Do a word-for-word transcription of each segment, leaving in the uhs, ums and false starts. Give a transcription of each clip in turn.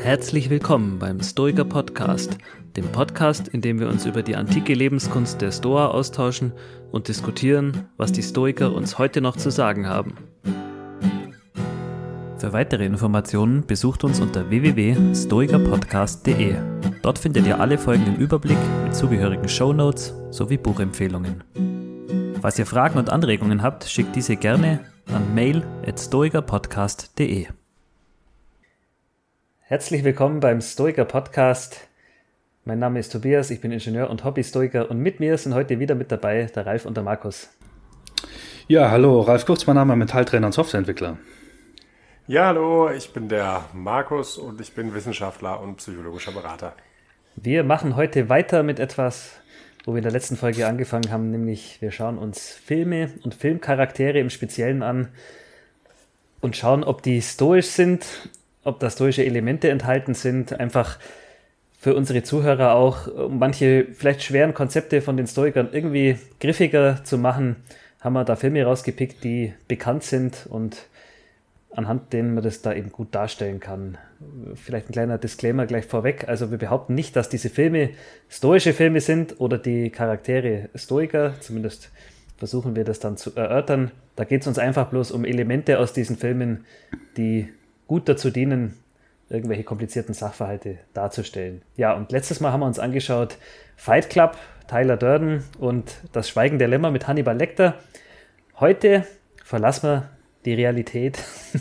Herzlich willkommen beim Stoiker Podcast, dem Podcast, in dem wir uns über die antike Lebenskunst der Stoa austauschen und diskutieren, was die Stoiker uns heute noch zu sagen haben. Für weitere Informationen besucht uns unter w w w punkt stoikerpodcast punkt d e. Dort findet ihr alle Folgen im Überblick mit zugehörigen Shownotes sowie Buchempfehlungen. Falls ihr Fragen und Anregungen habt, schickt diese gerne an mail at stoikerpodcast punkt d e. Herzlich willkommen beim Stoiker Podcast. Mein Name ist Tobias, ich bin Ingenieur und Hobby-Stoiker und mit mir sind heute wieder mit dabei der Ralf und der Markus. Ja, hallo, Ralf Kurz, mein Name, Metalltrainer und Softwareentwickler. Ja, hallo, ich bin der Markus und ich bin Wissenschaftler und psychologischer Berater. Wir machen heute weiter mit etwas, wo wir in der letzten Folge angefangen haben, nämlich wir schauen uns Filme und Filmcharaktere im Speziellen an und schauen, ob die stoisch sind, ob da stoische Elemente enthalten sind, einfach für unsere Zuhörer auch, um manche vielleicht schweren Konzepte von den Stoikern irgendwie griffiger zu machen, haben wir da Filme rausgepickt, die bekannt sind und anhand denen man das da eben gut darstellen kann. Vielleicht ein kleiner Disclaimer gleich vorweg. Also wir behaupten nicht, dass diese Filme stoische Filme sind oder die Charaktere Stoiker. Zumindest versuchen wir das dann zu erörtern. Da geht es uns einfach bloß um Elemente aus diesen Filmen, die gut dazu dienen, irgendwelche komplizierten Sachverhalte darzustellen. Ja, und letztes Mal haben wir uns angeschaut Fight Club, Tyler Durden und Das Schweigen der Lämmer mit Hannibal Lecter. Heute verlassen wir die Realität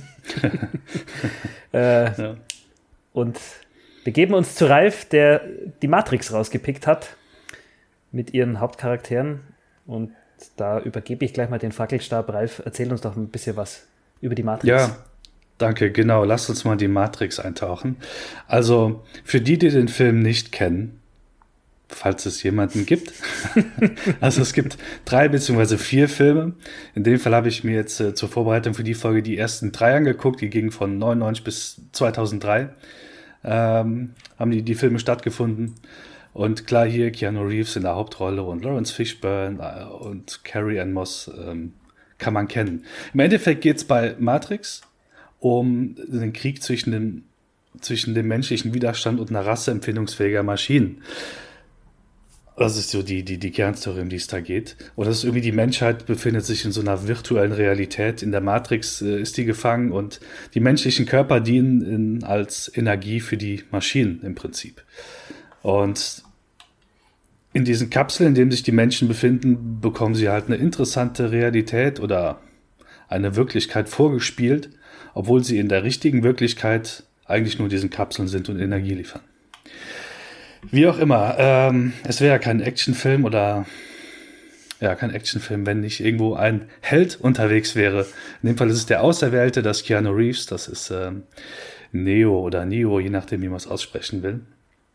äh, ja. und begeben uns zu Ralf, der die Matrix rausgepickt hat mit ihren Hauptcharakteren. Und da übergebe ich gleich mal den Fackelstab. Ralf, erzähl uns doch ein bisschen was über die Matrix. Ja, danke, genau. Lasst uns mal in die Matrix eintauchen. Also für die, die den Film nicht kennen, falls es jemanden gibt. Also es gibt drei beziehungsweise vier Filme. In dem Fall habe ich mir jetzt äh, zur Vorbereitung für die Folge die ersten drei angeguckt. Die gingen von neunundneunzig bis zweitausenddrei. Ähm, haben die, die Filme stattgefunden. Und klar, hier Keanu Reeves in der Hauptrolle und Lawrence Fishburne äh, und Carrie-Anne Moss ähm, kann man kennen. Im Endeffekt geht es bei Matrix um den Krieg zwischen dem, zwischen dem menschlichen Widerstand und einer Rasse empfindungsfähiger Maschinen. Das ist so die, die, die Kernstory, um die es da geht. Und das ist irgendwie, die Menschheit befindet sich in so einer virtuellen Realität. In der Matrix äh, ist die gefangen und die menschlichen Körper dienen in, als Energie für die Maschinen im Prinzip. Und in diesen Kapseln, in denen sich die Menschen befinden, bekommen sie halt eine interessante Realität oder eine Wirklichkeit vorgespielt, obwohl sie in der richtigen Wirklichkeit eigentlich nur in diesen Kapseln sind und Energie liefern. Wie auch immer, ähm, es wäre ja kein Actionfilm oder ja, kein Actionfilm, wenn nicht irgendwo ein Held unterwegs wäre. In dem Fall ist es der Auserwählte, das Keanu Reeves, das ist ähm, Neo oder Neo, je nachdem, wie man es aussprechen will.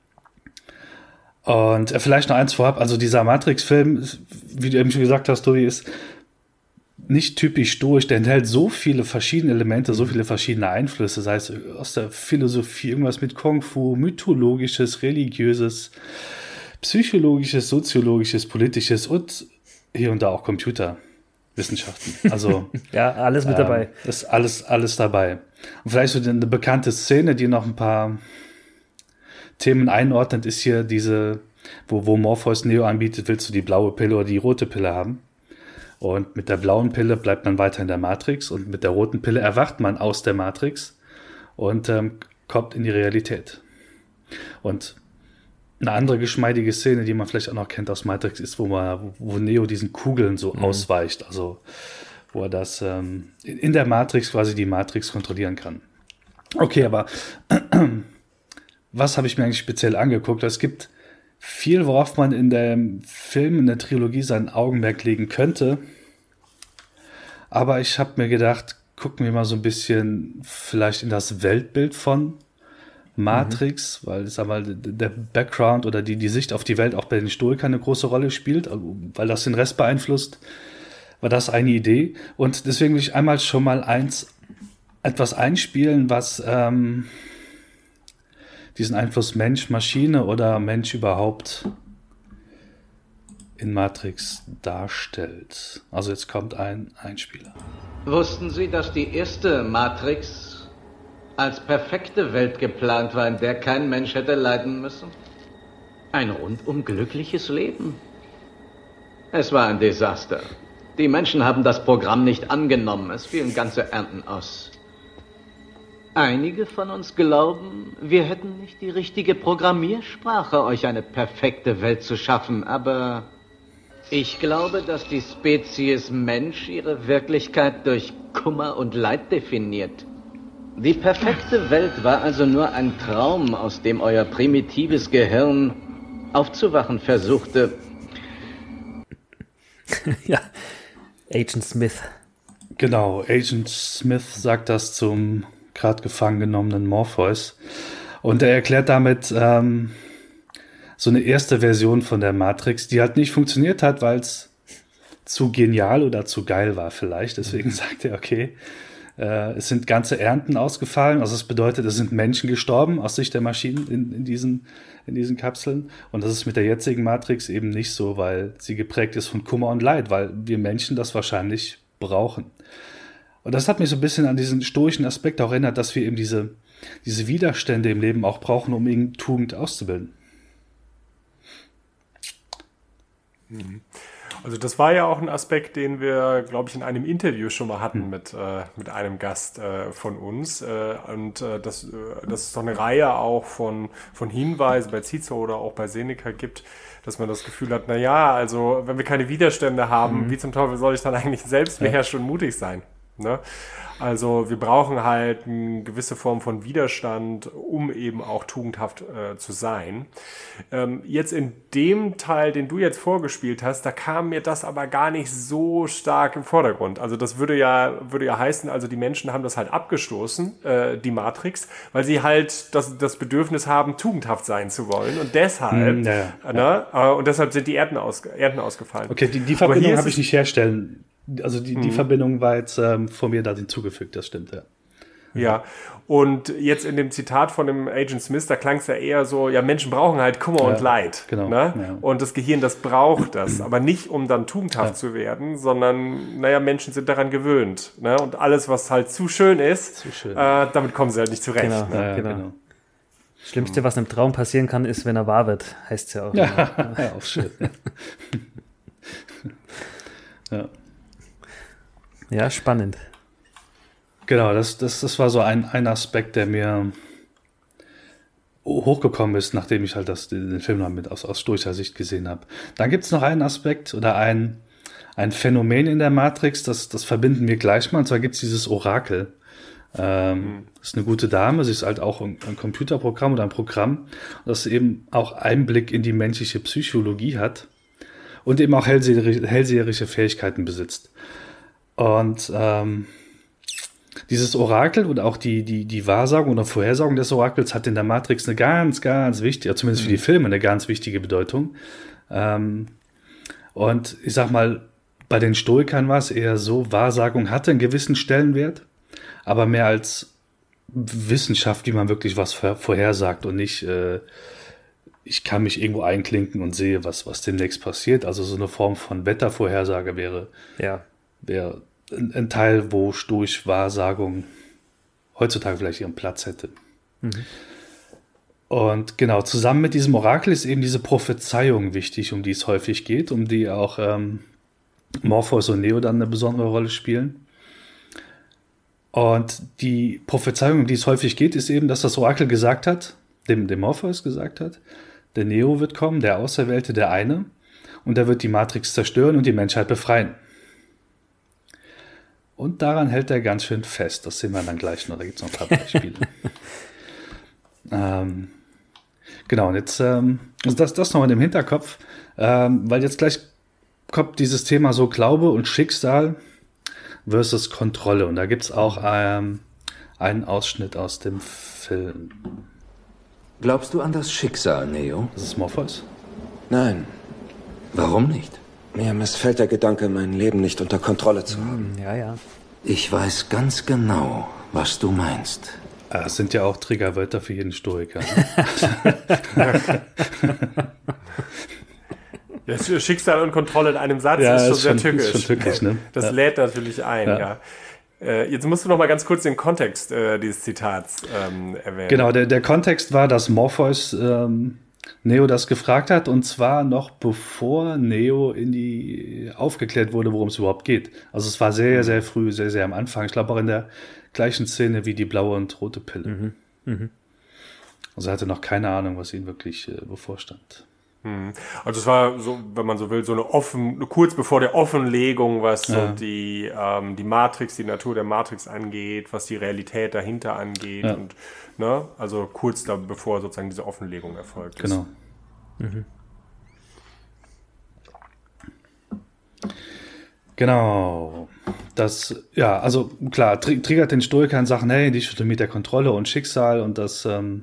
Und äh, vielleicht noch eins vorab, also dieser Matrix-Film, wie du eben schon gesagt hast, Tobi, ist nicht typisch stoisch, der enthält so viele verschiedene Elemente, so viele verschiedene Einflüsse, sei es aus der Philosophie, irgendwas mit Kung Fu, mythologisches, religiöses, psychologisches, soziologisches, politisches und hier und da auch Computerwissenschaften. Also ja, alles mit ähm, dabei. Ist alles, alles dabei. Und vielleicht so eine bekannte Szene, die noch ein paar Themen einordnet, ist hier diese, wo, wo Morpheus Neo anbietet, willst du die blaue Pille oder die rote Pille haben? Und mit der blauen Pille bleibt man weiter in der Matrix und mit der roten Pille erwacht man aus der Matrix und ähm, kommt in die Realität. Und eine andere geschmeidige Szene, die man vielleicht auch noch kennt aus Matrix, ist, wo man, wo Neo diesen Kugeln so mhm. ausweicht, also wo er das ähm, in der Matrix quasi die Matrix kontrollieren kann. Okay, aber was habe ich mir eigentlich speziell angeguckt? Es gibt viel, worauf man in dem Film, in der Trilogie sein Augenmerk legen könnte. Aber ich habe mir gedacht, gucken wir mal so ein bisschen vielleicht in das Weltbild von Matrix, mhm. weil sag mal, der Background oder die, die Sicht auf die Welt auch bei den Stoikern eine große Rolle spielt, weil das den Rest beeinflusst, war das eine Idee. Und deswegen will ich einmal schon mal eins, etwas einspielen, was ähm, diesen Einfluss Mensch, Maschine oder Mensch überhaupt in Matrix darstellt. Also jetzt kommt ein Einspieler. Wussten Sie, dass die erste Matrix als perfekte Welt geplant war, in der kein Mensch hätte leiden müssen. Ein rundum glückliches Leben. Es war ein Desaster. Die Menschen haben das Programm nicht angenommen. Es fielen ganze Ernten aus. Einige von uns glauben, wir hätten nicht die richtige Programmiersprache, euch eine perfekte Welt zu schaffen. Aber ich glaube, dass die Spezies Mensch ihre Wirklichkeit durch Kummer und Leid definiert. Die perfekte Welt war also nur ein Traum, aus dem euer primitives Gehirn aufzuwachen versuchte. Ja, Agent Smith. Genau, Agent Smith sagt das zum gerade gefangen genommenen Morpheus. Und er erklärt damit ähm, so eine erste Version von der Matrix, die halt nicht funktioniert hat, weil es zu genial oder zu geil war vielleicht. Deswegen sagt er, okay, äh, es sind ganze Ernten ausgefallen. Also das bedeutet, es sind Menschen gestorben aus Sicht der Maschinen in, in, diesen, in diesen Kapseln. Und das ist mit der jetzigen Matrix eben nicht so, weil sie geprägt ist von Kummer und Leid, weil wir Menschen das wahrscheinlich brauchen. Und das hat mich so ein bisschen an diesen stoischen Aspekt auch erinnert, dass wir eben diese, diese Widerstände im Leben auch brauchen, um irgendeine Tugend auszubilden. Also das war ja auch ein Aspekt, den wir, glaube ich, in einem Interview schon mal hatten mit, äh, mit einem Gast äh, von uns. Äh, und äh, das, äh, das ist doch eine Reihe auch von, von Hinweisen bei Cicero oder auch bei Seneca gibt, dass man das Gefühl hat, naja, also wenn wir keine Widerstände haben, mhm. wie zum Teufel soll ich dann eigentlich selbstbeherrscht ja. und mutig sein? Ne? Also wir brauchen halt eine gewisse Form von Widerstand, um eben auch tugendhaft äh, zu sein. Ähm, jetzt in dem Teil, den du jetzt vorgespielt hast, da kam mir das aber gar nicht so stark im Vordergrund. Also das würde ja, würde ja heißen, also die Menschen haben das halt abgestoßen, äh, die Matrix, weil sie halt das, das Bedürfnis haben, tugendhaft sein zu wollen. Und deshalb, ja, ja. Ne, äh, und deshalb sind die Ernten, aus, Ernten ausgefallen. Okay, die, die Verbindung habe ich nicht herstellen. Also die, die mhm. Verbindung war jetzt ähm, von mir da hinzugefügt, das stimmt, ja. Ja, und jetzt in dem Zitat von dem Agent Smith, da klang es ja eher so, ja, Menschen brauchen halt Kummer ja, und Leid. Genau. Ne? Ja. Und das Gehirn, das braucht das, aber nicht, um dann tugendhaft ja. zu werden, sondern, naja, Menschen sind daran gewöhnt. Ne? Und alles, was halt zu schön ist, zu schön. Äh, damit kommen sie halt nicht zurecht. Genau, ne? ja, genau. genau. Das Schlimmste, was einem Traum passieren kann, ist, wenn er wahr wird, heißt es ja auch. Ja, ja auch schön. ja. Ja, spannend. Genau, das, das, das war so ein, ein Aspekt, der mir hochgekommen ist, nachdem ich halt das, den Film dann mit aus, aus stoischer Sicht gesehen habe. Dann gibt es noch einen Aspekt oder ein, ein Phänomen in der Matrix, das, das verbinden wir gleich mal, und zwar gibt es dieses Orakel. Ähm, mhm. Das ist eine gute Dame, sie ist halt auch ein, ein Computerprogramm oder ein Programm, das eben auch Einblick in die menschliche Psychologie hat und eben auch hellseherische, hellseherische Fähigkeiten besitzt. Und ähm, dieses Orakel und auch die, die, die Wahrsagung oder Vorhersagung des Orakels hat in der Matrix eine ganz, ganz wichtige, zumindest für die Filme, eine ganz wichtige Bedeutung. Ähm, und ich sag mal, bei den Stoikern war es eher so, Wahrsagung hatte einen gewissen Stellenwert, aber mehr als Wissenschaft, wie man wirklich was vorhersagt und nicht, äh, ich kann mich irgendwo einklinken und sehe, was, was demnächst passiert. Also so eine Form von Wettervorhersage wäre, ja. wäre ein, ein Teil, wo stoisch Wahrsagung heutzutage vielleicht ihren Platz hätte. Mhm. Und genau, zusammen mit diesem Orakel ist eben diese Prophezeiung wichtig, um die es häufig geht, um die auch ähm, Morpheus und Neo dann eine besondere Rolle spielen. Und die Prophezeiung, um die es häufig geht, ist eben, dass das Orakel gesagt hat, dem, dem Morpheus gesagt hat, der Neo wird kommen, der Auserwählte, der eine, und er wird die Matrix zerstören und die Menschheit befreien. Und daran hält er ganz schön fest. Das sehen wir dann gleich noch, da gibt es noch ein paar Beispiele. ähm, genau, und jetzt, ähm, also das, das noch in dem Hinterkopf, ähm, weil jetzt gleich kommt dieses Thema so Glaube und Schicksal versus Kontrolle. Und da gibt es auch ähm, einen Ausschnitt aus dem Film. Glaubst du an das Schicksal, Neo? Das ist Morpheus? Nein. Warum nicht? Mir missfällt der Gedanke, mein Leben nicht unter Kontrolle zu haben. Ja, ja. Ich weiß ganz genau, was du meinst. Das sind ja auch Triggerwörter für jeden Stoiker. Ne? Ja, Schicksal und Kontrolle in einem Satz ja, ist schon ist sehr schon, tückisch. Ist schon tückisch, ne? Das ja. lädt natürlich ein, ja. ja. Äh, jetzt musst du noch mal ganz kurz den Kontext äh, dieses Zitats ähm, erwähnen. Genau, der, der Kontext war, dass Morpheus ähm, Neo das gefragt hat, und zwar noch bevor Neo in die aufgeklärt wurde, worum es überhaupt geht. Also es war sehr, sehr früh, sehr, sehr am Anfang. Ich glaube auch in der gleichen Szene wie die blaue und rote Pille. Mhm. Mhm. Also er hatte noch keine Ahnung, was ihm wirklich äh, bevorstand. Also es war so, wenn man so will, so eine offen, kurz bevor der Offenlegung, was so Ja. die, ähm, die Matrix, die Natur der Matrix angeht, was die Realität dahinter angeht Ja. und ne, also kurz da bevor sozusagen diese Offenlegung erfolgt ist. Genau. Mhm. Genau. Das, ja, also klar, tr- triggert den Stoiker in Sachen, hey, die Dichotomie der Kontrolle und Schicksal, und das, ähm,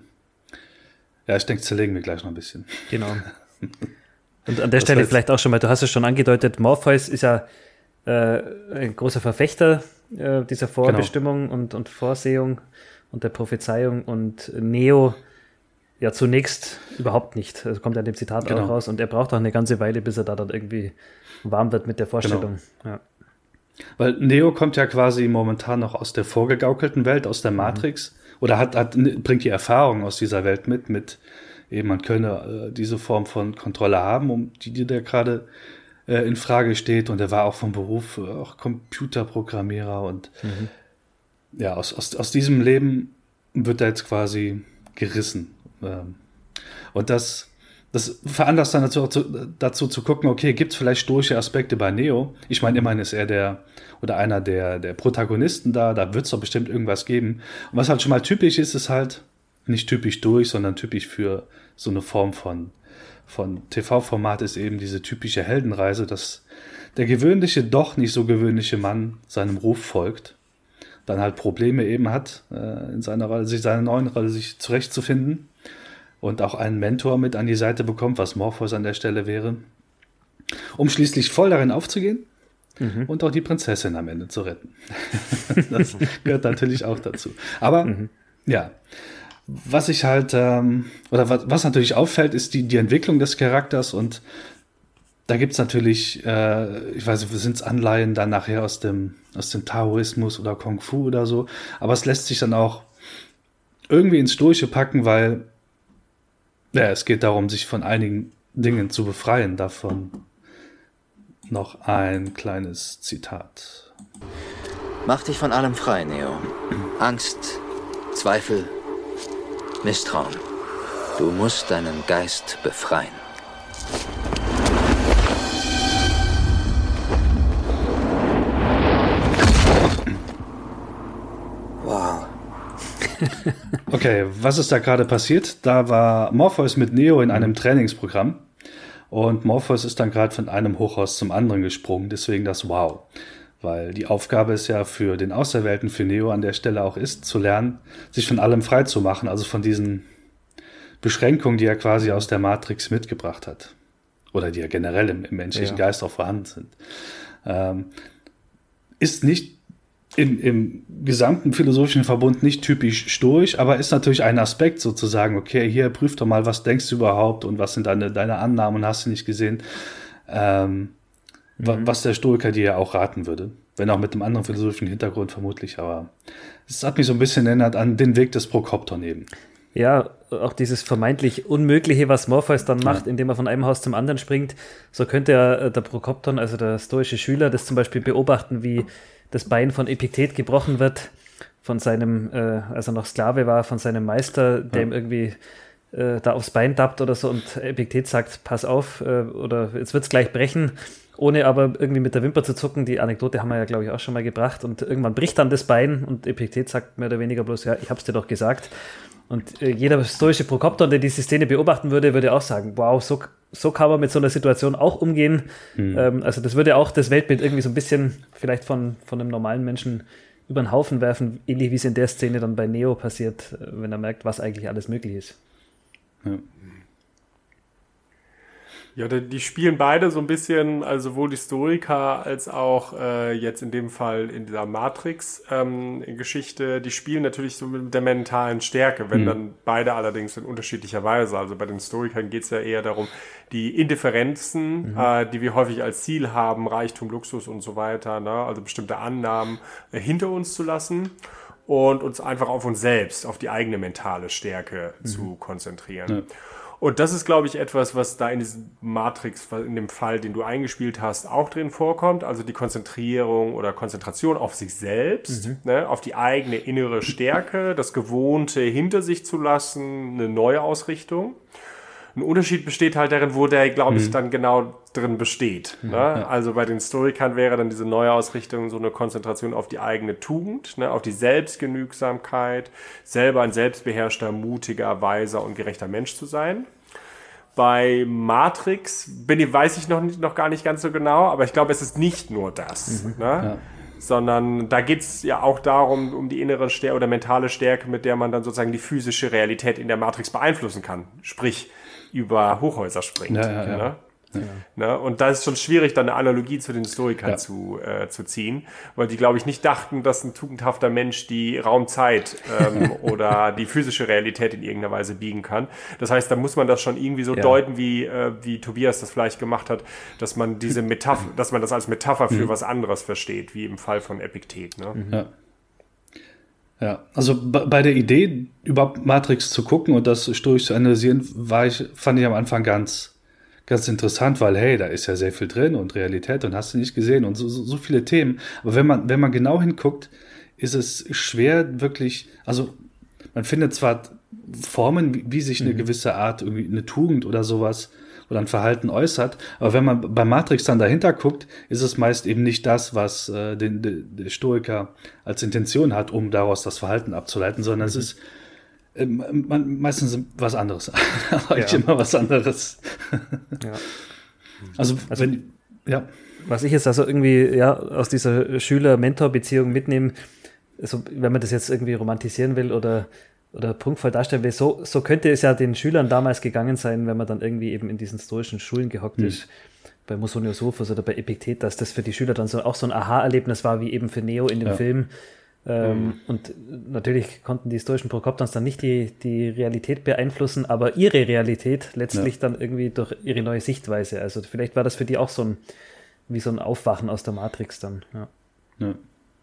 ja, ich denke, zerlegen wir gleich noch ein bisschen. Genau. Und an der Das Stelle heißt- vielleicht auch schon mal, du hast es schon angedeutet, Morpheus ist ja äh, ein großer Verfechter äh, dieser Vorbestimmung und, und Vorsehung und der Prophezeiung, und Neo ja zunächst überhaupt nicht. Also kommt ja in dem Zitat Genau. auch raus, und er braucht auch eine ganze Weile, bis er da dann irgendwie warm wird mit der Vorstellung. Ja. Weil Neo kommt ja quasi momentan noch aus der vorgegaukelten Welt, aus der Matrix, oder hat, hat bringt die Erfahrung aus dieser Welt mit, mit eben man könne äh, diese Form von Kontrolle haben, um die, die da gerade äh, in Frage steht, und er war auch vom Beruf äh, auch Computerprogrammierer, und ja, aus, aus, aus diesem Leben wird er jetzt quasi gerissen. Ähm, und das, das veranlasst dann dazu, zu, dazu zu gucken, okay, gibt es vielleicht stoische Aspekte bei Neo? Ich meine, immerhin ist er der oder einer der, der Protagonisten da, da wird es doch bestimmt irgendwas geben. Und was halt schon mal typisch ist, ist halt nicht typisch durch, sondern typisch für so eine Form von, von T V-Format ist eben diese typische Heldenreise, dass der gewöhnliche, doch nicht so gewöhnliche Mann seinem Ruf folgt, dann halt Probleme eben hat, äh, in seiner Rolle, sich seiner neuen Rolle sich zurechtzufinden, und auch einen Mentor mit an die Seite bekommt, was Morpheus an der Stelle wäre, um schließlich voll darin aufzugehen Mhm. und auch die Prinzessin am Ende zu retten. Das gehört natürlich auch dazu. Aber Mhm. ja, was ich halt, ähm, oder was, was natürlich auffällt, ist die, die Entwicklung des Charakters, und da gibt es natürlich, äh, ich weiß nicht, sind es Anleihen dann nachher aus dem, aus dem Taoismus oder Kung Fu oder so, aber es lässt sich dann auch irgendwie ins Stoische packen, weil ja, es geht darum, sich von einigen Dingen zu befreien. Davon noch ein kleines Zitat. Mach dich von allem frei, Neo. Angst, Zweifel, Misstrauen. Du musst deinen Geist befreien. Wow. Okay, was ist da gerade passiert? Da war Morpheus mit Neo in einem Trainingsprogramm, und Morpheus ist dann gerade von einem Hochhaus zum anderen gesprungen, deswegen das Wow. Weil die Aufgabe ist ja für den Auserwählten, für Neo an der Stelle auch ist, zu lernen, sich von allem frei zu machen, also von diesen Beschränkungen, die er quasi aus der Matrix mitgebracht hat. Oder die ja generell im, im menschlichen Ja. Geist auch vorhanden sind. Ähm, ist nicht im, im gesamten philosophischen Verbund nicht typisch stoisch, aber ist natürlich ein Aspekt sozusagen, okay, hier prüf doch mal, was denkst du überhaupt und was sind deine, deine Annahmen und hast du nicht gesehen, ähm, wa- was der Stoiker dir ja auch raten würde. Wenn auch mit einem anderen philosophischen Hintergrund vermutlich, aber es hat mich so ein bisschen erinnert an den Weg des Prokopton eben. Ja, auch dieses vermeintlich Unmögliche, was Morpheus dann macht, indem er von einem Haus zum anderen springt, so könnte er, äh, der Prokopton, also der stoische Schüler, das zum Beispiel beobachten, wie das Bein von Epiktet gebrochen wird, von seinem, äh, als er noch Sklave war, von seinem Meister, der Ja. ihm irgendwie äh, da aufs Bein tappt oder so, und Epiktet sagt, pass auf, äh, oder jetzt wird's gleich brechen, ohne aber irgendwie mit der Wimper zu zucken. Die Anekdote haben wir ja, glaube ich, auch schon mal gebracht, und irgendwann bricht dann das Bein, und Epiktet sagt mehr oder weniger bloß, ja, ich hab's dir doch gesagt. Und äh, jeder stoische Prokopton, der diese Szene beobachten würde, würde auch sagen, wow, so, so kann man mit so einer Situation auch umgehen. Mhm. Ähm, also das würde auch das Weltbild irgendwie so ein bisschen vielleicht von, von einem normalen Menschen über den Haufen werfen, ähnlich wie es in der Szene dann bei Neo passiert, äh, wenn er merkt, was eigentlich alles möglich ist. Ja. Ja, die, die spielen beide so ein bisschen, also sowohl die Stoiker als auch äh, jetzt in dem Fall in dieser Matrix-Geschichte, ähm, die spielen natürlich so mit der mentalen Stärke, wenn mhm. dann beide allerdings in unterschiedlicher Weise. Also bei den Stoikern geht es ja eher darum, die Indifferenzen, mhm. äh, die wir häufig als Ziel haben, Reichtum, Luxus und so weiter, ne, also bestimmte Annahmen äh, hinter uns zu lassen und uns einfach auf uns selbst, auf die eigene mentale Stärke mhm. zu konzentrieren. Ja. Und das ist, glaube ich, etwas, was da in diesem Matrix, in dem Fall, den du eingespielt hast, auch drin vorkommt. Also die Konzentrierung oder Konzentration auf sich selbst, mhm. ne, auf die eigene innere Stärke, das Gewohnte hinter sich zu lassen, eine neue Ausrichtung. Ein Unterschied besteht halt darin, wo der, glaube ich, mhm. dann genau drin besteht. Mhm, ne? Ja. Also bei den Stoikern wäre dann diese neue Ausrichtung so eine Konzentration auf die eigene Tugend, ne? Auf die Selbstgenügsamkeit, selber ein selbstbeherrschter, mutiger, weiser und gerechter Mensch zu sein. Bei Matrix bin ich, weiß ich noch, nicht, noch gar nicht ganz so genau, aber ich glaube, es ist nicht nur das. Mhm, ne? Ja. Sondern da geht es ja auch darum, um die innere Stärke oder mentale Stärke, mit der man dann sozusagen die physische Realität in der Matrix beeinflussen kann. Sprich, über Hochhäuser springt. Ja, ja, ja. Ne? Ja. Ne? Und da ist schon schwierig, dann eine Analogie zu den Stoikern ja. zu, äh, zu ziehen, weil die, glaube ich, nicht dachten, dass ein tugendhafter Mensch die Raumzeit ähm, oder die physische Realität in irgendeiner Weise biegen kann. Das heißt, da muss man das schon irgendwie so ja. deuten, wie, äh, wie Tobias das vielleicht gemacht hat, dass man diese Metapher, dass man das als Metapher für mhm. was anderes versteht, wie im Fall von Epiktet. Ne? Mhm. Ja. Ja, also bei der Idee, überhaupt Matrix zu gucken und das stoisch zu analysieren, war ich, fand ich am Anfang ganz, ganz interessant, weil, hey, da ist ja sehr viel drin und Realität und hast du nicht gesehen und so, so, so viele Themen. Aber wenn man, wenn man genau hinguckt, ist es schwer wirklich, also man findet zwar Formen, wie, wie sich eine mhm. gewisse Art, irgendwie eine Tugend oder sowas oder ein Verhalten äußert, aber wenn man bei Matrix dann dahinter guckt, ist es meist eben nicht das, was äh, den, de, der Stoiker als Intention hat, um daraus das Verhalten abzuleiten, sondern mhm. es ist äh, man, meistens was anderes. Eigentlich ja. immer was anderes. ja. Also, also wenn, ja. Was ich jetzt also irgendwie ja aus dieser Schüler-Mentor-Beziehung mitnehme, also wenn man das jetzt irgendwie romantisieren will oder oder prunkvoll darstellen will, so, so könnte es ja den Schülern damals gegangen sein, wenn man dann irgendwie eben in diesen stoischen Schulen gehockt mhm. ist, bei Musonius oder bei Epiktet, dass das für die Schüler dann so auch so ein Aha-Erlebnis war, wie eben für Neo in dem ja. Film. Ähm, mhm. Und natürlich konnten die stoischen Prokoptons dann nicht die, die Realität beeinflussen, aber ihre Realität letztlich ja. dann irgendwie durch ihre neue Sichtweise. Also vielleicht war das für die auch so ein, wie so ein Aufwachen aus der Matrix dann. Ja. ja.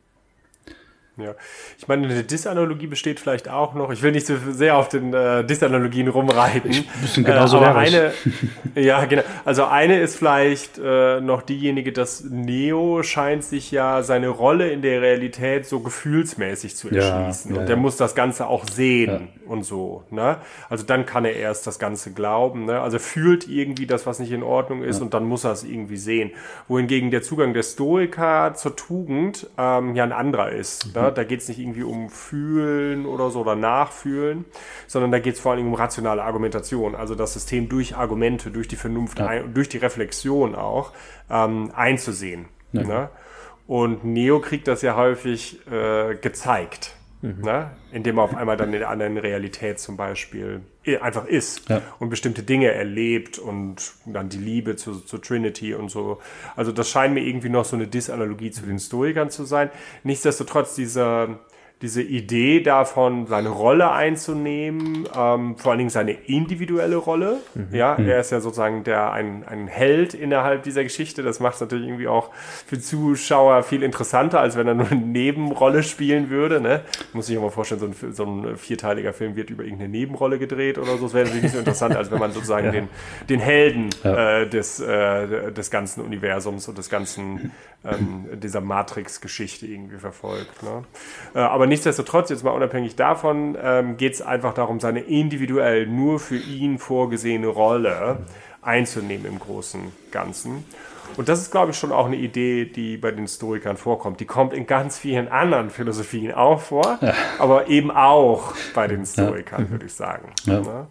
Ja, ich meine, eine Disanalogie besteht vielleicht auch noch. Ich will nicht so sehr auf den äh, Disanalogien rumreiten. Ich bisschen genauso äh, aber eine, ja, genau. Also eine ist vielleicht äh, noch diejenige, dass Neo scheint sich ja seine Rolle in der Realität so gefühlsmäßig zu erschließen. Ja, ja, und der ja. muss das Ganze auch sehen ja. und so. Ne? Also dann kann er erst das Ganze glauben. Ne? Also fühlt irgendwie das, was nicht in Ordnung ist, ja. und dann muss er es irgendwie sehen. Wohingegen der Zugang der Stoiker zur Tugend ähm, ja ein anderer ist. Mhm. Ne? Da geht es nicht irgendwie um Fühlen oder so oder Nachfühlen, sondern da geht es vor allem um rationale Argumentation, also das System durch Argumente, durch die Vernunft, ja. ein, durch die Reflexion auch ähm, einzusehen. Ja. Ne? Und Neo kriegt das ja häufig äh, gezeigt, mhm. ne? Indem er auf einmal dann in der anderen Realität zum Beispiel einfach ist ja. und bestimmte Dinge erlebt und dann die Liebe zu, zu Trinity und so. Also das scheint mir irgendwie noch so eine Disanalogie zu den Stoikern zu sein. Nichtsdestotrotz diese, diese Idee davon, seine Rolle einzunehmen, ähm, vor allen Dingen seine individuelle Rolle. Mhm. Ja, er ist ja sozusagen der, ein, ein Held innerhalb dieser Geschichte. Das macht es natürlich irgendwie auch für Zuschauer viel interessanter, als wenn er nur eine Nebenrolle spielen würde. Ne? Muss ich mir mal vorstellen, so ein, so ein vierteiliger Film wird über irgendeine Nebenrolle gedreht oder so. Das wäre natürlich nicht so interessant, als wenn man sozusagen ja. den, den Helden ja. äh, des, äh, des ganzen Universums und des ganzen ähm, dieser Matrix-Geschichte irgendwie verfolgt. Ne? Äh, aber nichtsdestotrotz, jetzt mal unabhängig davon, ähm, geht es einfach darum, seine individuell nur für ihn vorgesehene Rolle einzunehmen im großen Ganzen. Und das ist, glaube ich, schon auch eine Idee, die bei den Stoikern vorkommt. Die kommt in ganz vielen anderen Philosophien auch vor, ja. aber eben auch bei den Stoikern, ja. würde ich sagen. Ja, ne?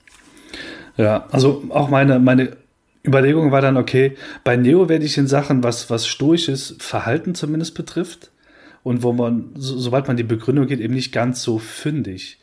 ja also auch meine, meine Überlegung war dann, okay, bei Neo werde ich in Sachen, was, was stoisches Verhalten zumindest betrifft, und wo man, so, sobald man die Begründung geht, eben nicht ganz so fündig.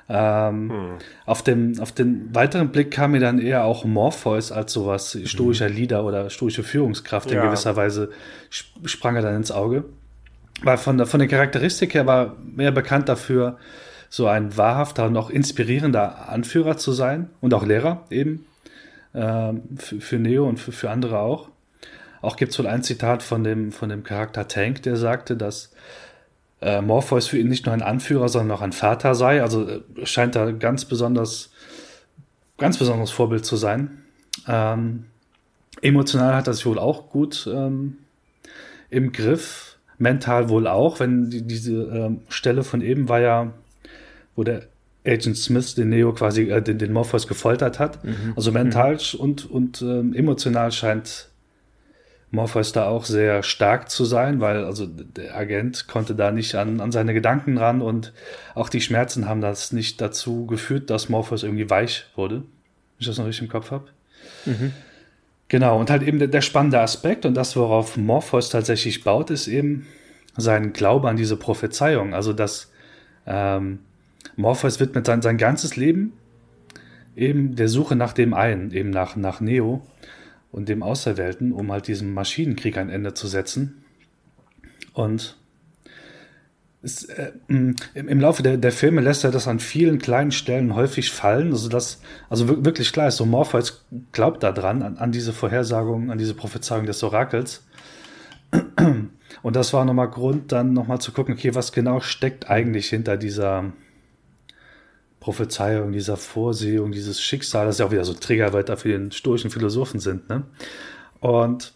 Ähm, hm. auf, dem, auf den weiteren Blick kam mir dann eher auch Morpheus als sowas, stoischer Leader oder stoische Führungskraft ja. in gewisser Weise sprang er dann ins Auge. Weil von der, von der Charakteristik her war mehr bekannt dafür, so ein wahrhafter und auch inspirierender Anführer zu sein und auch Lehrer eben, ähm, für, für Neo und für, für andere auch. Auch gibt es wohl ein Zitat von dem, von dem Charakter Tank, der sagte, dass äh, Morpheus für ihn nicht nur ein Anführer, sondern auch ein Vater sei. Also äh, scheint da ganz besonders, ganz besonderes Vorbild zu sein. Ähm, emotional hat er sich wohl auch gut ähm, im Griff, mental wohl auch, wenn die, diese ähm, Stelle von eben war ja, wo der Agent Smith den Neo quasi, äh, den, den Morpheus gefoltert hat. Mhm. Also mental mhm. und, und ähm, emotional scheint Morpheus da auch sehr stark zu sein, weil also der Agent konnte da nicht an, an seine Gedanken ran und auch die Schmerzen haben das nicht dazu geführt, dass Morpheus irgendwie weich wurde, wenn ich das noch richtig im Kopf habe. Mhm. Genau, und halt eben der, der spannende Aspekt und das, worauf Morpheus tatsächlich baut, ist eben sein Glaube an diese Prophezeiung. Also dass ähm, Morpheus widmet sein, sein ganzes Leben eben der Suche nach dem einen, eben nach, nach Neo und dem Auserwählten, um halt diesem Maschinenkrieg ein Ende zu setzen. Und es, äh, im, im Laufe der, der Filme lässt er das an vielen kleinen Stellen häufig fallen. Also, das, also wirklich klar ist, so Morpheus glaubt da dran, an, an diese Vorhersagung, an diese Prophezeiung des Orakels. Und das war nochmal Grund, dann nochmal zu gucken, okay, was genau steckt eigentlich hinter dieser Prophezeiung, dieser Vorsehung, dieses Schicksal, das ja auch wieder so Triggerwörter für den stoischen Philosophen sind. Ne? Und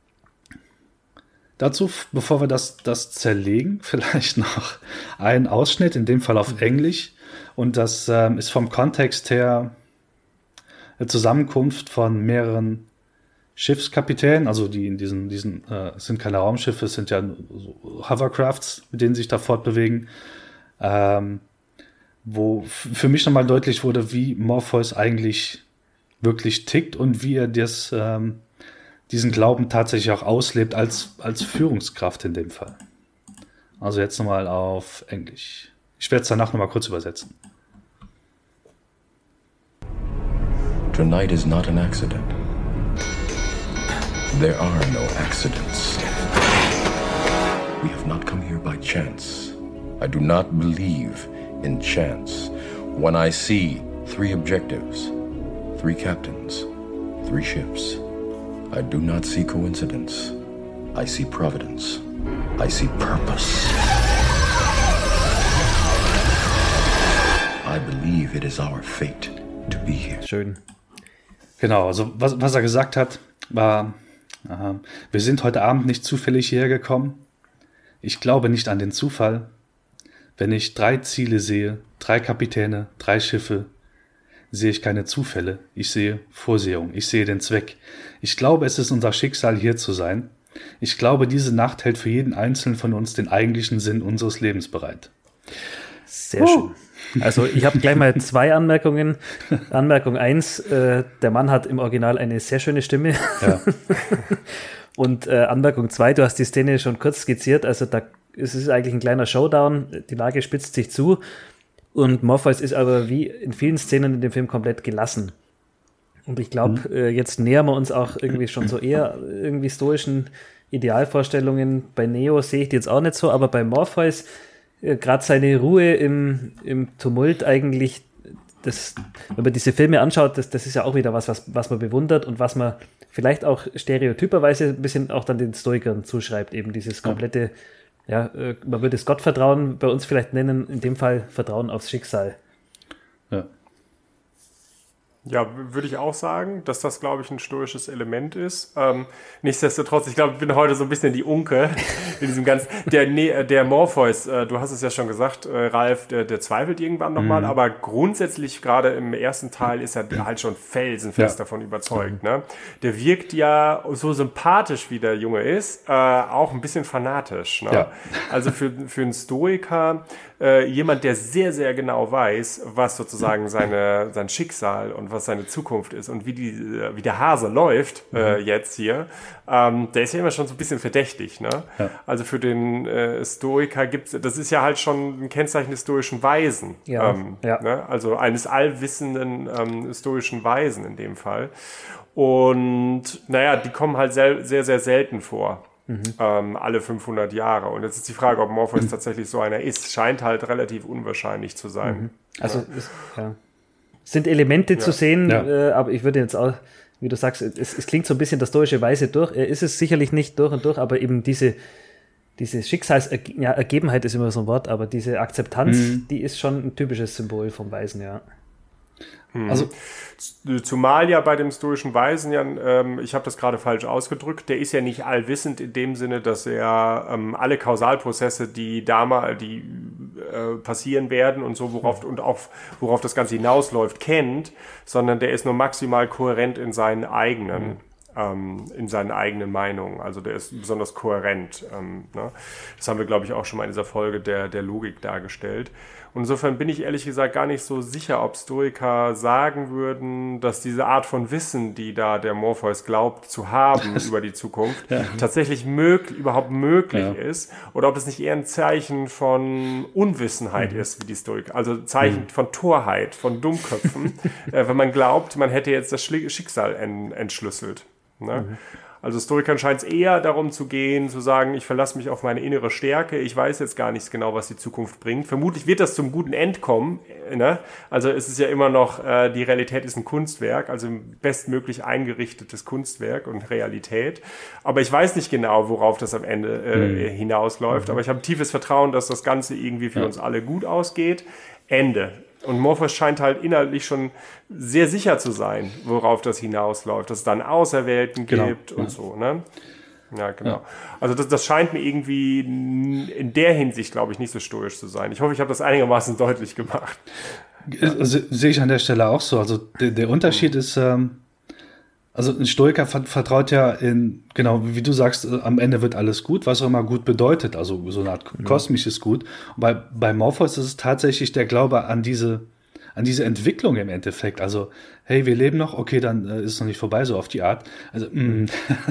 dazu, bevor wir das, das zerlegen, vielleicht noch ein Ausschnitt, in dem Fall auf Englisch. Und das ähm, ist vom Kontext her eine Zusammenkunft von mehreren Schiffskapitänen, also die in diesen, diesen äh, es sind keine Raumschiffe, es sind ja so Hovercrafts, mit denen sich da fortbewegen, ähm, wo f- für mich nochmal deutlich wurde, wie Morpheus eigentlich wirklich tickt und wie er das, ähm, diesen Glauben tatsächlich auch auslebt als, als Führungskraft in dem Fall. Also jetzt nochmal auf Englisch. Ich werde es danach nochmal kurz übersetzen. Tonight is not an accident. There are no accidents. We have not come here by chance. I do not believe in chance. When I see three objectives, three captains, three ships, I do not see coincidence. I see providence. I see purpose. I believe it is our fate to be here. Schön. Genau, also was, was er gesagt hat, war, äh, wir sind heute Abend nicht zufällig hierher gekommen. Ich glaube nicht an den Zufall. Wenn ich drei Ziele sehe, drei Kapitäne, drei Schiffe, sehe ich keine Zufälle. Ich sehe Vorsehung. Ich sehe den Zweck. Ich glaube, es ist unser Schicksal, hier zu sein. Ich glaube, diese Nacht hält für jeden Einzelnen von uns den eigentlichen Sinn unseres Lebens bereit. Sehr schön. Also ich habe gleich mal zwei Anmerkungen. Anmerkung eins, äh, der Mann hat im Original eine sehr schöne Stimme. Ja. Und äh, Anmerkung zwei, du hast die Szene schon kurz skizziert, also da es ist eigentlich ein kleiner Showdown, die Lage spitzt sich zu und Morpheus ist aber wie in vielen Szenen in dem Film komplett gelassen. Und ich glaube, mhm. äh, jetzt nähern wir uns auch irgendwie schon so eher irgendwie stoischen Idealvorstellungen. Bei Neo sehe ich die jetzt auch nicht so, aber bei Morpheus äh, gerade seine Ruhe im, im Tumult eigentlich, das, wenn man diese Filme anschaut, das, das ist ja auch wieder was, was, was man bewundert und was man vielleicht auch stereotyperweise ein bisschen auch dann den Stoikern zuschreibt, eben dieses komplette, ja, äh, man würde es Gottvertrauen bei uns vielleicht nennen, in dem Fall Vertrauen aufs Schicksal. Ja. Ja, würde ich auch sagen, dass das, glaube ich, ein stoisches Element ist. Ähm, nichtsdestotrotz, ich glaube, ich bin heute so ein bisschen die Unke in diesem ganzen, der, nee, der Morpheus, äh, du hast es ja schon gesagt, äh, Ralf, der, der zweifelt irgendwann nochmal, mhm. aber grundsätzlich gerade im ersten Teil ist er halt schon felsenfest ja. davon überzeugt. Mhm. Ne? Der wirkt ja so sympathisch, wie der Junge ist, äh, auch ein bisschen fanatisch. Ne? Ja. Also für, für einen Stoiker, äh, jemand, der sehr, sehr genau weiß, was sozusagen seine, sein Schicksal und was was seine Zukunft ist und wie, die, wie der Hase läuft äh, jetzt hier, ähm, der ist ja immer schon so ein bisschen verdächtig. Ne? Ja. Also für den äh, Stoiker gibt es, das ist ja halt schon ein Kennzeichen des stoischen Weisen. Ja. Ähm, ja. Ne? Also eines allwissenden ähm, stoischen Weisen in dem Fall. Und naja, die kommen halt sehr, sehr, sehr selten vor. Mhm. Ähm, alle fünfhundert Jahre. Und jetzt ist die Frage, ob Morpheus mhm. tatsächlich so einer ist. Scheint halt relativ unwahrscheinlich zu sein. Mhm. Also ja. Es ja. sind Elemente ja. zu sehen, ja. äh, aber ich würde jetzt auch, wie du sagst, es, es klingt so ein bisschen das stoische Weise durch. Er ist es sicherlich nicht durch und durch, aber eben diese, diese Schicksalsergebenheit ist immer so ein Wort, aber diese Akzeptanz, mhm. die ist schon ein typisches Symbol vom Weisen, ja. Also zumal ja bei dem stoischen Weisen, ja, ähm, ich habe das gerade falsch ausgedrückt, der ist ja nicht allwissend in dem Sinne, dass er ähm, alle Kausalprozesse, die damals, die äh, passieren werden und so, worauf und auch worauf das Ganze hinausläuft, kennt, sondern der ist nur maximal kohärent in seinen eigenen. Mhm. in seinen eigenen Meinungen. Also der ist besonders kohärent. Ähm, ne? Das haben wir, glaube ich, auch schon mal in dieser Folge der, der Logik dargestellt. Und insofern bin ich ehrlich gesagt gar nicht so sicher, ob Stoiker sagen würden, dass diese Art von Wissen, die da der Morpheus glaubt zu haben über die Zukunft, ja. tatsächlich mög- überhaupt möglich ja. ist. Oder ob es nicht eher ein Zeichen von Unwissenheit mhm. ist, wie die Stoiker. Also Zeichen mhm. von Torheit, von Dummköpfen, äh, wenn man glaubt, man hätte jetzt das Schli- Schicksal en- entschlüsselt. Ne? Mhm. Also Stoikern scheint es eher darum zu gehen, zu sagen, ich verlasse mich auf meine innere Stärke, ich weiß jetzt gar nicht genau, was die Zukunft bringt. Vermutlich wird das zum guten End kommen. Ne? Also es ist ja immer noch, äh, die Realität ist ein Kunstwerk, also ein bestmöglich eingerichtetes Kunstwerk und Realität. Aber ich weiß nicht genau, worauf das am Ende äh, mhm. hinausläuft. Mhm. Aber ich habe ein tiefes Vertrauen, dass das Ganze irgendwie für ja. uns alle gut ausgeht. Ende. Und Morpheus scheint halt inhaltlich schon sehr sicher zu sein, worauf das hinausläuft, dass es dann Auserwählten genau. gibt und ja. so, ne? Ja, genau. Ja. Also das, das scheint mir irgendwie in der Hinsicht, glaube ich, nicht so stoisch zu sein. Ich hoffe, ich habe das einigermaßen deutlich gemacht. Ja. Also, sehe ich an der Stelle auch so. Also der, der Unterschied mhm. ist, ähm, also ein Stoiker vertraut ja in, genau, wie du sagst, am Ende wird alles gut, was auch immer gut bedeutet, also so eine Art mhm. kosmisches Gut. Und bei, bei Morpheus ist es tatsächlich der Glaube an diese, an diese Entwicklung im Endeffekt. Also, hey, wir leben noch, okay, dann äh, ist es noch nicht vorbei, so auf die Art. Also, mh.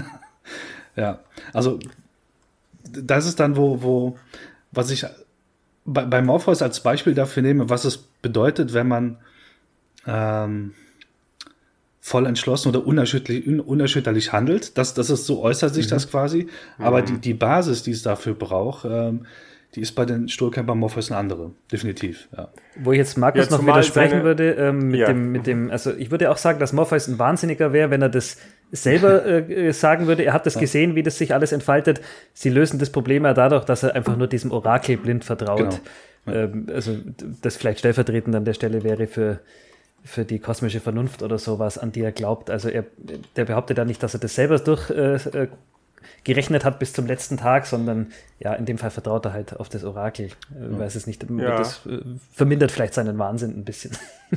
ja, also das ist dann, wo, wo, was ich bei, bei Morpheus als Beispiel dafür nehme, was es bedeutet, wenn man ähm, voll entschlossen oder unerschütterlich, unerschütterlich handelt. Das, das ist, so äußert sich mhm. das quasi. Aber mhm. die, die Basis, die es dafür braucht, ähm, die ist bei den Stoikern bei Morpheus eine andere. Definitiv, ja. Wo ich jetzt Markus ja, noch widersprechen seine, würde, ähm, mit, ja. dem, mit dem, also ich würde auch sagen, dass Morpheus ein Wahnsinniger wäre, wenn er das selber äh, sagen würde, er hat das ja. gesehen, wie das sich alles entfaltet. Sie lösen das Problem ja dadurch, dass er einfach nur diesem Orakel blind vertraut. Genau. Ja. Ähm, also das vielleicht stellvertretend an der Stelle wäre für für die kosmische Vernunft oder sowas, an die er glaubt. Also er, der behauptet ja nicht, dass er das selber durchgerechnet äh, hat bis zum letzten Tag, sondern ja, in dem Fall vertraut er halt auf das Orakel. Ich ja. weiß es nicht, ja. das äh, vermindert vielleicht seinen Wahnsinn ein bisschen.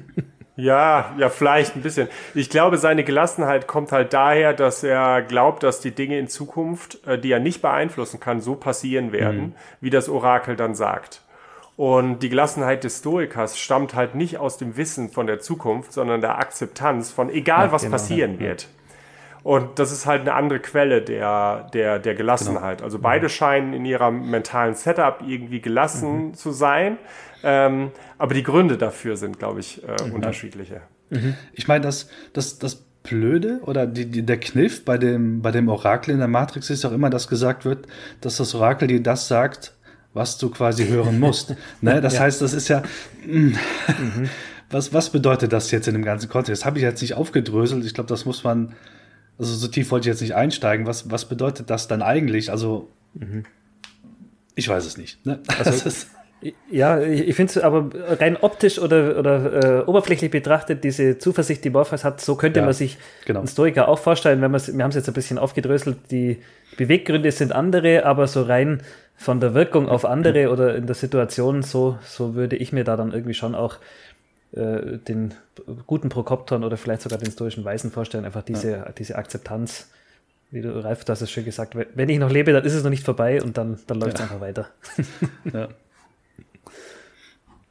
Ja, ja, vielleicht ein bisschen. Ich glaube, seine Gelassenheit kommt halt daher, dass er glaubt, dass die Dinge in Zukunft, äh, die er nicht beeinflussen kann, so passieren werden, mhm. wie das Orakel dann sagt. Und die Gelassenheit des Stoikers stammt halt nicht aus dem Wissen von der Zukunft, sondern der Akzeptanz von egal, ja, was genau, passieren ja. wird. Und das ist halt eine andere Quelle der, der, der Gelassenheit. Genau. Also beide scheinen in ihrem mentalen Setup irgendwie gelassen mhm. zu sein. Ähm, aber die Gründe dafür sind, glaube ich, äh, mhm. unterschiedliche. Mhm. Ich meine, das, das, das Blöde oder die, die, der Kniff bei dem, bei dem Orakel in der Matrix ist auch immer, dass gesagt wird, dass das Orakel dir das sagt, was du quasi hören musst. Ne? Das ja. heißt, das ist ja, mh, mhm. was, was bedeutet das jetzt in dem ganzen Kontext? Das habe ich jetzt nicht aufgedröselt. Ich glaube, das muss man, also so tief wollte ich jetzt nicht einsteigen. Was, was bedeutet das dann eigentlich? Also, mhm. ich weiß es nicht. Ne? Also, das ist, ja, ich, ich finde es aber rein optisch oder, oder äh, oberflächlich betrachtet, diese Zuversicht, die Morpheus hat, so könnte ja, man sich genau. einen Stoiker auch vorstellen, wenn wir haben es jetzt ein bisschen aufgedröselt, die Beweggründe sind andere, aber so rein von der Wirkung auf andere oder in der Situation, so, so würde ich mir da dann irgendwie schon auch äh, den guten Prokopton oder vielleicht sogar den stoischen Weisen vorstellen, einfach diese, ja. diese Akzeptanz, wie du, Ralf, du hast es schön gesagt, wenn ich noch lebe, dann ist es noch nicht vorbei und dann, dann läuft es ja. einfach weiter. Ja.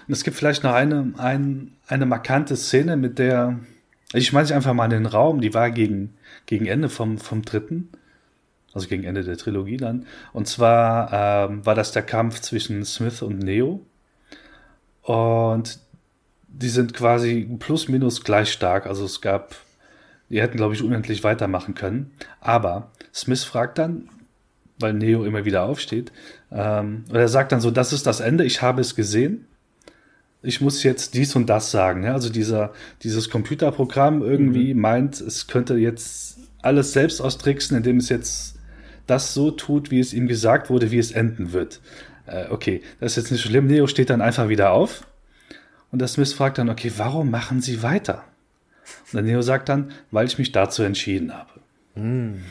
Und es gibt vielleicht noch eine, ein, eine markante Szene, mit der, ich schmeiße einfach mal in den Raum, die war gegen, gegen Ende vom, vom dritten, also gegen Ende der Trilogie dann. Und zwar ähm, war das der Kampf zwischen Smith und Neo. Und die sind quasi plus minus gleich stark. Also es gab, die hätten, glaube ich, unendlich weitermachen können. Aber Smith fragt dann, weil Neo immer wieder aufsteht, ähm, und er sagt dann so, das ist das Ende, ich habe es gesehen. Ich muss jetzt dies und das sagen. Ja? Also dieser, dieses Computerprogramm irgendwie mhm. meint, es könnte jetzt alles selbst austricksen, indem es jetzt das so tut, wie es ihm gesagt wurde, wie es enden wird. Äh, okay, das ist jetzt nicht schlimm. Neo steht dann einfach wieder auf und der Smith fragt dann, okay, warum machen Sie weiter? Und der Neo sagt dann, weil ich mich dazu entschieden habe. Mm.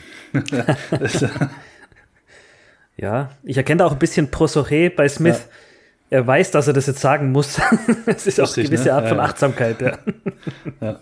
Ja, ich erkenne da auch ein bisschen Prosochet bei Smith. Ja. Er weiß, dass er das jetzt sagen muss. Es ist auch eine gewisse ne? Art von ja, Achtsamkeit. Ja. Ja.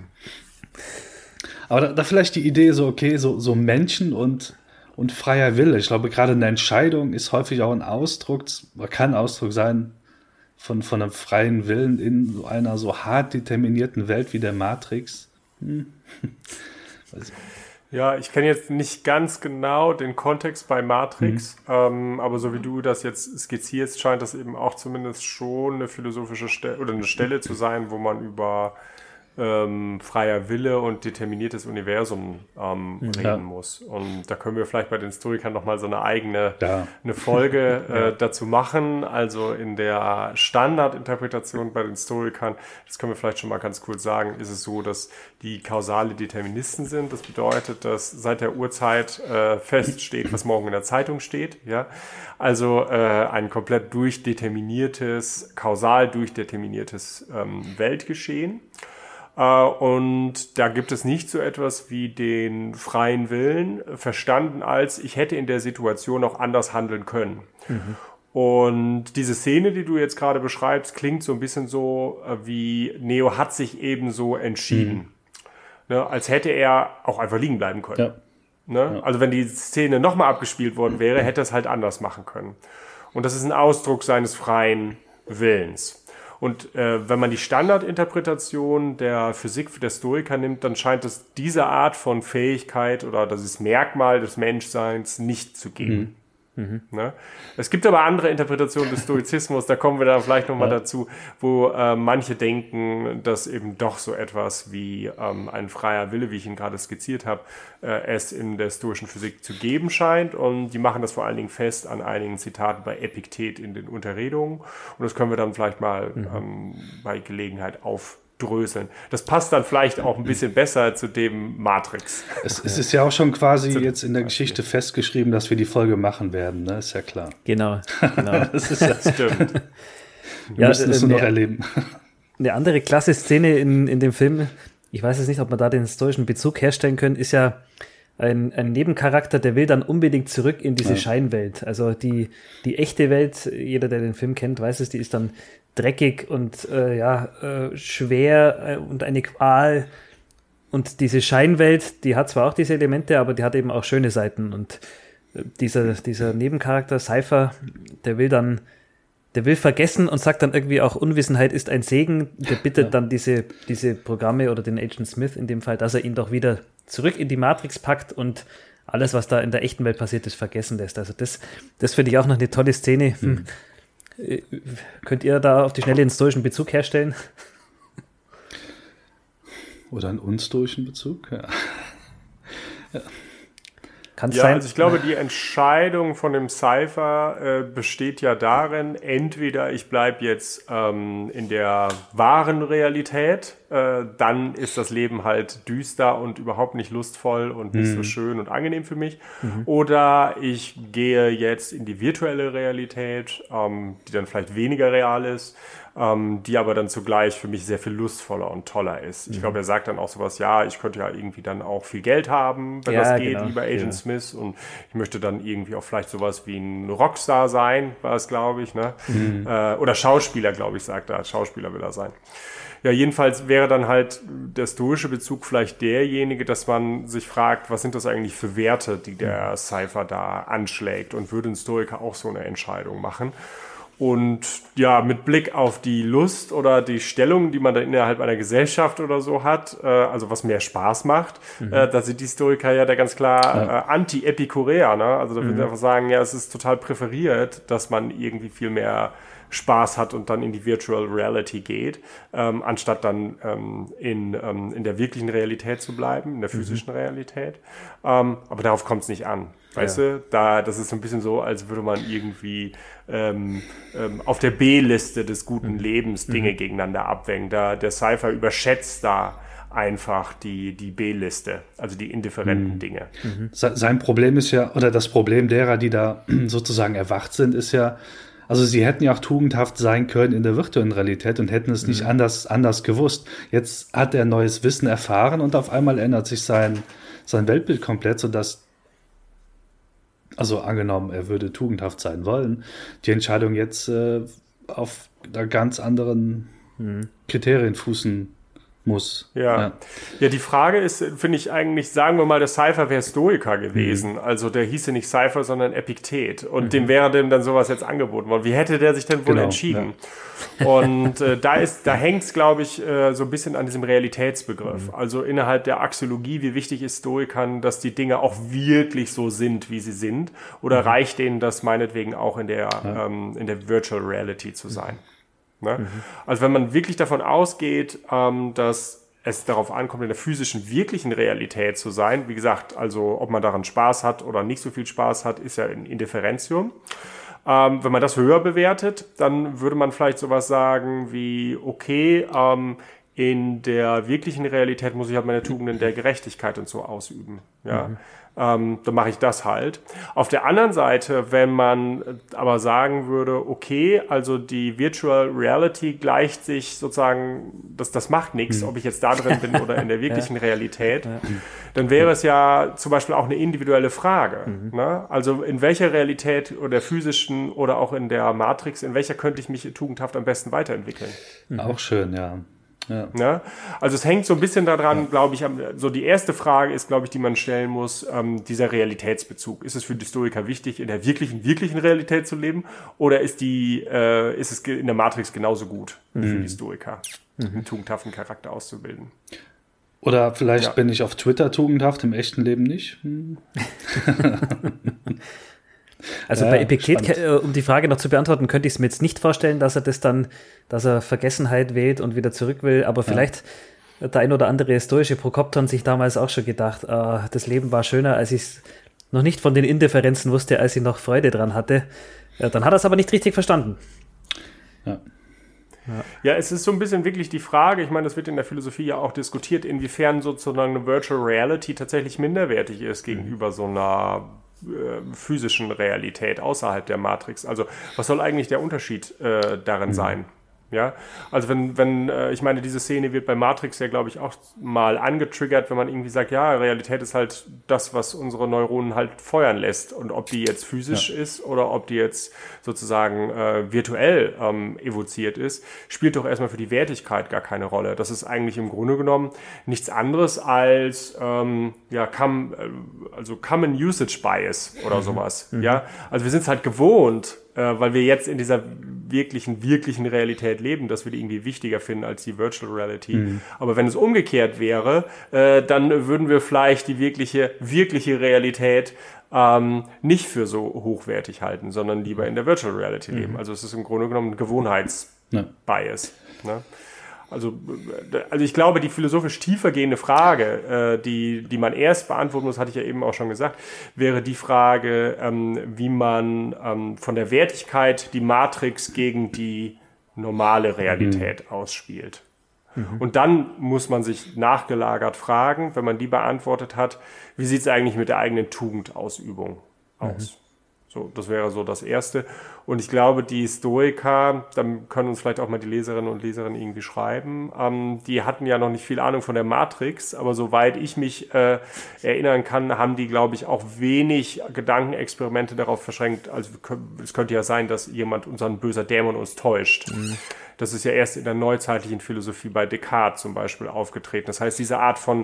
Aber da, da vielleicht die Idee so, okay, so, so Menschen und Und freier Wille. Ich glaube, gerade eine Entscheidung ist häufig auch ein Ausdruck, kann Ausdruck sein von, von einem freien Willen in so einer so hart determinierten Welt wie der Matrix. Hm. Weiß ich. Ja, ich kenne jetzt nicht ganz genau den Kontext bei Matrix, mhm. ähm, aber so wie du das jetzt skizzierst, scheint das eben auch zumindest schon eine philosophische Stelle oder eine Stelle zu sein, wo man über Ähm, freier Wille und determiniertes Universum ähm, reden ja. muss. Und da können wir vielleicht bei den Stoikern nochmal so eine eigene ja. eine Folge äh, ja. dazu machen. Also in der Standardinterpretation bei den Stoikern, das können wir vielleicht schon mal ganz kurz sagen, ist es so, dass die kausale Deterministen sind. Das bedeutet, dass seit der Urzeit äh, feststeht, was morgen in der Zeitung steht. Ja? Also äh, ein komplett durchdeterminiertes, kausal durchdeterminiertes ähm, Weltgeschehen. Und da gibt es nicht so etwas wie den freien Willen, verstanden als, ich hätte in der Situation auch anders handeln können. Mhm. Und diese Szene, die du jetzt gerade beschreibst, klingt so ein bisschen so, wie Neo hat sich eben so entschieden. Mhm. Ne, als hätte er auch einfach liegen bleiben können. Ja. Ne? Ja. Also wenn die Szene nochmal abgespielt worden wäre, hätte er es halt anders machen können. Und das ist ein Ausdruck seines freien Willens. Und äh, wenn man die Standardinterpretation der Physik der Stoiker nimmt, dann scheint es diese Art von Fähigkeit oder dieses Merkmal des Menschseins nicht zu geben. Mhm. Mhm. Ne? Es gibt aber andere Interpretationen des Stoizismus, da kommen wir dann vielleicht nochmal ja. dazu, wo äh, manche denken, dass eben doch so etwas wie ähm, ein freier Wille, wie ich ihn gerade skizziert habe, äh, es in der stoischen Physik zu geben scheint. Und die machen das vor allen Dingen fest an einigen Zitaten bei Epiktet in den Unterredungen. Und das können wir dann vielleicht mal mhm. ähm, bei Gelegenheit aufdröseln. Das passt dann vielleicht auch ein bisschen besser zu dem Matrix. Es, es ist ja auch schon quasi jetzt in der Geschichte festgeschrieben, dass wir die Folge machen werden, ne? Ist ja klar. Genau, genau. Das ist ja stimmt. Wir ja, müssen es nur noch erleben. Eine andere klasse Szene in, in dem Film, ich weiß jetzt nicht, ob wir da den historischen Bezug herstellen können, ist ja ein, ein Nebencharakter, der will dann unbedingt zurück in diese ja. Scheinwelt. Also die, die echte Welt, jeder, der den Film kennt, weiß es, die ist dann dreckig und äh, ja, äh, schwer äh, und eine Qual. Und diese Scheinwelt, die hat zwar auch diese Elemente, aber die hat eben auch schöne Seiten. Und äh, dieser, dieser Nebencharakter, Cypher, der will dann, der will vergessen und sagt dann irgendwie auch, Unwissenheit ist ein Segen. Der bittet ja. dann diese, diese Programme oder den Agent Smith in dem Fall, dass er ihn doch wieder zurück in die Matrix packt und alles, was da in der echten Welt passiert ist, vergessen lässt. Also das, das finde ich auch noch eine tolle Szene. Hm. Hm. Könnt ihr da auf die Schnelle einen stoischen Bezug herstellen? Oder einen unstoischen Bezug? Ja. ja. Kann's ja, sein? Also ich glaube, die Entscheidung von dem Cypher äh, besteht ja darin, entweder ich bleibe jetzt ähm, in der wahren Realität, äh, dann ist das Leben halt düster und überhaupt nicht lustvoll und nicht mhm. so schön und angenehm für mich. Mhm. Oder ich gehe jetzt in die virtuelle Realität, ähm, die dann vielleicht weniger real ist, ähm, die aber dann zugleich für mich sehr viel lustvoller und toller ist. Ich mhm. glaube, er sagt dann auch sowas, ja, ich könnte ja irgendwie dann auch viel Geld haben, wenn ja, das geht, genau. wie bei Agent ja. Smith. Und ich möchte dann irgendwie auch vielleicht sowas wie ein Rockstar sein, war es, glaube ich. Ne? Mhm. Äh, oder Schauspieler, glaube ich, sagt er. Schauspieler will er sein. Ja, jedenfalls wäre dann halt der stoische Bezug vielleicht derjenige, dass man sich fragt, was sind das eigentlich für Werte, die der Cypher da anschlägt, und würde ein Stoiker auch so eine Entscheidung machen? Und ja, mit Blick auf die Lust oder die Stellung, die man dann innerhalb einer Gesellschaft oder so hat, äh, also was mehr Spaß macht, mhm. äh, da sind die Stoiker ja da ganz klar ja. äh, Anti-Epikureer. Ne? Also da würden sie einfach sagen, ja, es ist total präferiert, dass man irgendwie viel mehr Spaß hat und dann in die Virtual Reality geht, ähm, anstatt dann ähm, in, ähm, in der wirklichen Realität zu bleiben, in der physischen mhm. Realität. Ähm, aber darauf kommt es nicht an. Weißt ja. du, da, das ist so ein bisschen so, als würde man irgendwie ähm, ähm, auf der B-Liste des guten mhm. Lebens Dinge mhm. gegeneinander abwägen. Da, der Cypher überschätzt da einfach die, die B-Liste, also die indifferenten mhm. Dinge. Mhm. Sein Problem ist ja, oder das Problem derer, die da sozusagen erwacht sind, ist ja, also sie hätten ja auch tugendhaft sein können in der virtuellen Realität und hätten es mhm. nicht anders, anders gewusst. Jetzt hat er neues Wissen erfahren und auf einmal ändert sich sein, sein Weltbild komplett, sodass, also angenommen, er würde tugendhaft sein wollen, die Entscheidung jetzt äh, auf da ganz anderen mhm. Kriterien fußen muss. Ja. ja, ja, die Frage ist, finde ich eigentlich, sagen wir mal, der Cypher wäre Stoiker gewesen. Mhm. Also der hieße nicht Cypher, sondern Epiktet. Und mhm. dem wäre dem dann sowas jetzt angeboten worden. Wie hätte der sich denn wohl genau, entschieden? Ja. Und äh, da ist, da hängt es, glaube ich, äh, so ein bisschen an diesem Realitätsbegriff. Mhm. Also innerhalb der Axiologie, wie wichtig ist Stoikern, dass die Dinge auch wirklich so sind, wie sie sind? Oder mhm. reicht denen das meinetwegen auch in der, ja. ähm, in der Virtual Reality zu sein? Mhm. Ne? Mhm. Also wenn man wirklich davon ausgeht, ähm, dass es darauf ankommt, in der physischen, wirklichen Realität zu sein, wie gesagt, also ob man daran Spaß hat oder nicht so viel Spaß hat, ist ja ein Indifferentium. Ähm, wenn man das höher bewertet, dann würde man vielleicht sowas sagen wie, okay, ähm, in der wirklichen Realität muss ich halt meine Tugenden der Gerechtigkeit und so ausüben. Ja. Mhm. Ähm, dann mache ich das halt. Auf der anderen Seite, wenn man aber sagen würde, okay, also die Virtual Reality gleicht sich sozusagen, das, das macht nichts, mhm. ob ich jetzt da drin bin oder in der wirklichen ja. Realität, ja. dann wäre es ja zum Beispiel auch eine individuelle Frage. Mhm. Ne? Also in welcher Realität oder der physischen oder auch in der Matrix, in welcher könnte ich mich tugendhaft am besten weiterentwickeln? Mhm. Auch schön, ja. Ja. Ja, also es hängt so ein bisschen daran, ja. glaube ich, so die erste Frage ist, glaube ich, die man stellen muss, ähm, dieser Realitätsbezug. Ist es für die Stoiker wichtig, in der wirklichen, wirklichen Realität zu leben oder ist die, äh, ist es in der Matrix genauso gut mhm. für die Stoiker, mhm. einen tugendhaften Charakter auszubilden? Oder vielleicht ja. bin ich auf Twitter tugendhaft, im echten Leben nicht. Hm. Also ja, bei Epiktet, spannend. Um die Frage noch zu beantworten, könnte ich es mir jetzt nicht vorstellen, dass er das dann, dass er Vergessenheit wählt und wieder zurück will, aber vielleicht ja. der ein oder andere stoische Prokopton sich damals auch schon gedacht, ah, das Leben war schöner, als ich es noch nicht von den Indifferenzen wusste, als ich noch Freude dran hatte. Ja, dann hat er es aber nicht richtig verstanden. Ja. Ja. ja, es ist so ein bisschen wirklich die Frage, ich meine, das wird in der Philosophie ja auch diskutiert, inwiefern sozusagen eine Virtual Reality tatsächlich minderwertig ist gegenüber so einer physischen Realität außerhalb der Matrix. Also was soll eigentlich der Unterschied äh, darin mhm. sein? Ja, also wenn, wenn, äh, ich meine, diese Szene wird bei Matrix ja, glaube ich, auch mal angetriggert, wenn man irgendwie sagt, ja, Realität ist halt das, was unsere Neuronen halt feuern lässt. Und ob die jetzt physisch ja. ist oder ob die jetzt sozusagen äh, virtuell ähm, evoziert ist, spielt doch erstmal für die Wertigkeit gar keine Rolle. Das ist eigentlich im Grunde genommen nichts anderes als ähm, ja, com, also Common Usage Bias oder mhm. sowas. Mhm. Ja, also wir sind es halt gewohnt, weil wir jetzt in dieser wirklichen, wirklichen Realität leben, dass wir die irgendwie wichtiger finden als die Virtual Reality. Mhm. Aber wenn es umgekehrt wäre, äh, dann würden wir vielleicht die wirkliche, wirkliche Realität ähm, nicht für so hochwertig halten, sondern lieber in der Virtual Reality mhm. leben. Also es ist im Grunde genommen ein Gewohnheitsbias. Ja. Ne? Also, also ich glaube, die philosophisch tiefergehende Frage, äh, die, die man erst beantworten muss, hatte ich ja eben auch schon gesagt, wäre die Frage, ähm, wie man ähm, von der Wertigkeit die Matrix gegen die normale Realität mhm. ausspielt. Mhm. Und dann muss man sich nachgelagert fragen, wenn man die beantwortet hat, wie sieht es eigentlich mit der eigenen Tugendausübung aus? Mhm. So, das wäre so das Erste. Und ich glaube, die Stoiker, dann können uns vielleicht auch mal die Leserinnen und Leser irgendwie schreiben, ähm, die hatten ja noch nicht viel Ahnung von der Matrix, aber soweit ich mich äh, erinnern kann, haben die, glaube ich, auch wenig Gedankenexperimente darauf verschränkt. Also es könnte ja sein, dass jemand, unseren böser Dämon, uns täuscht. Mhm. Das ist ja erst in der neuzeitlichen Philosophie bei Descartes zum Beispiel aufgetreten. Das heißt, diese Art von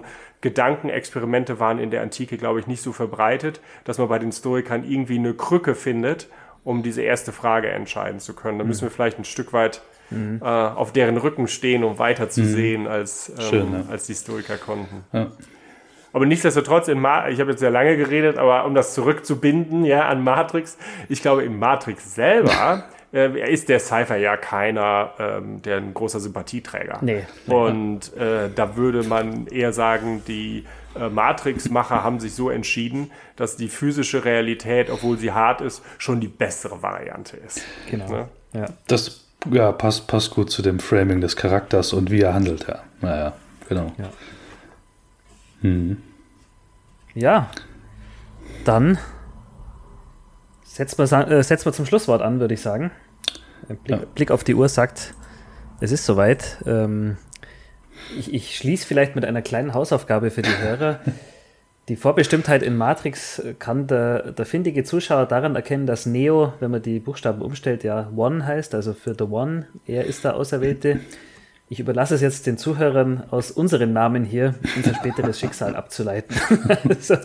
Gedankenexperimente waren in der Antike, glaube ich, nicht so verbreitet, dass man bei den Stoikern irgendwie eine Krücke findet, um diese erste Frage entscheiden zu können. Da müssen wir vielleicht ein Stück weit mhm. äh, auf deren Rücken stehen, um weiter zu mhm. sehen, als, ähm, Schön, ja. als die Stoiker konnten. Ja. Aber nichtsdestotrotz, in Ma- ich habe jetzt sehr lange geredet, aber um das zurückzubinden, ja, an Matrix, ich glaube, in Matrix selber äh, ist der Cypher ja keiner, ähm, der ein großer Sympathieträger. Nee. Und äh, da würde man eher sagen, die äh, Matrix-Macher haben sich so entschieden, dass die physische Realität, obwohl sie hart ist, schon die bessere Variante ist. Genau. Ne? Ja. Das ja, passt, passt gut zu dem Framing des Charakters und wie er handelt, ja. Naja, genau. Ja. Hm. Ja, dann setzen wir, äh, setzen wir zum Schlusswort an, würde ich sagen. Blick, ja. Blick auf die Uhr sagt, es ist soweit. Ähm, ich, ich schließe vielleicht mit einer kleinen Hausaufgabe für die Hörer. Die Vorbestimmtheit in Matrix kann der, der findige Zuschauer daran erkennen, dass Neo, wenn man die Buchstaben umstellt, ja One heißt, also für The One. Er ist der Auserwählte. Ich überlasse es jetzt den Zuhörern, aus unseren Namen hier unser späteres Schicksal abzuleiten. Also,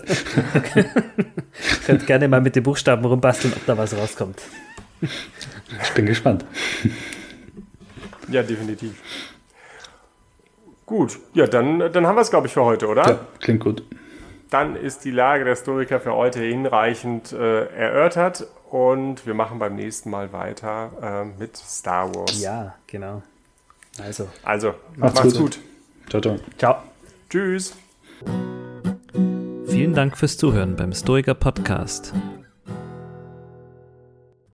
könnt gerne mal mit den Buchstaben rumbasteln, ob da was rauskommt. Ich bin gespannt. Ja, definitiv. Gut, ja, dann, dann haben wir es, glaube ich, für heute, oder? Ja, klingt gut. Dann ist die Lage der Stoiker für heute hinreichend äh, erörtert und wir machen beim nächsten Mal weiter äh, mit Star Wars. Ja, genau. Also, also macht's, macht's gut. gut. Ciao, ciao. Ciao. Tschüss. Vielen Dank fürs Zuhören beim Stoiker Podcast.